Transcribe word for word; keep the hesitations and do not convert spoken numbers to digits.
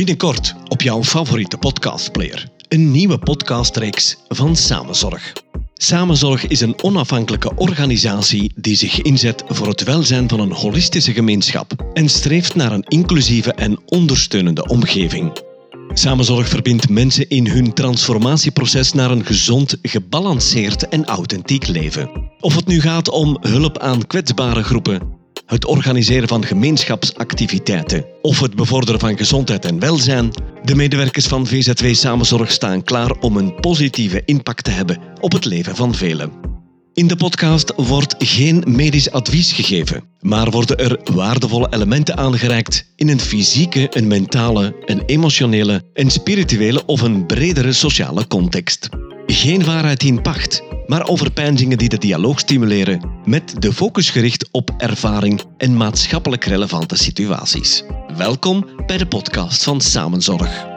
Binnenkort op jouw favoriete podcastplayer. Een nieuwe podcastreeks van Samenzorg. Samenzorg is een onafhankelijke organisatie die zich inzet voor het welzijn van een holistische gemeenschap en streeft naar een inclusieve en ondersteunende omgeving. Samenzorg verbindt mensen in hun transformatieproces naar een gezond, gebalanceerd en authentiek leven. Of het nu gaat om hulp aan kwetsbare groepen, het organiseren van gemeenschapsactiviteiten of het bevorderen van gezondheid en welzijn, de medewerkers van V Z W Samenzorg staan klaar om een positieve impact te hebben op het leven van velen. In de podcast wordt geen medisch advies gegeven, maar worden er waardevolle elementen aangereikt in een fysieke, een mentale, een emotionele, een spirituele of een bredere sociale context. Geen waarheid in pacht, maar overpeinzingen die de dialoog stimuleren met de focus gericht op ervaring en maatschappelijk relevante situaties. Welkom bij de podcast van Samenzorg.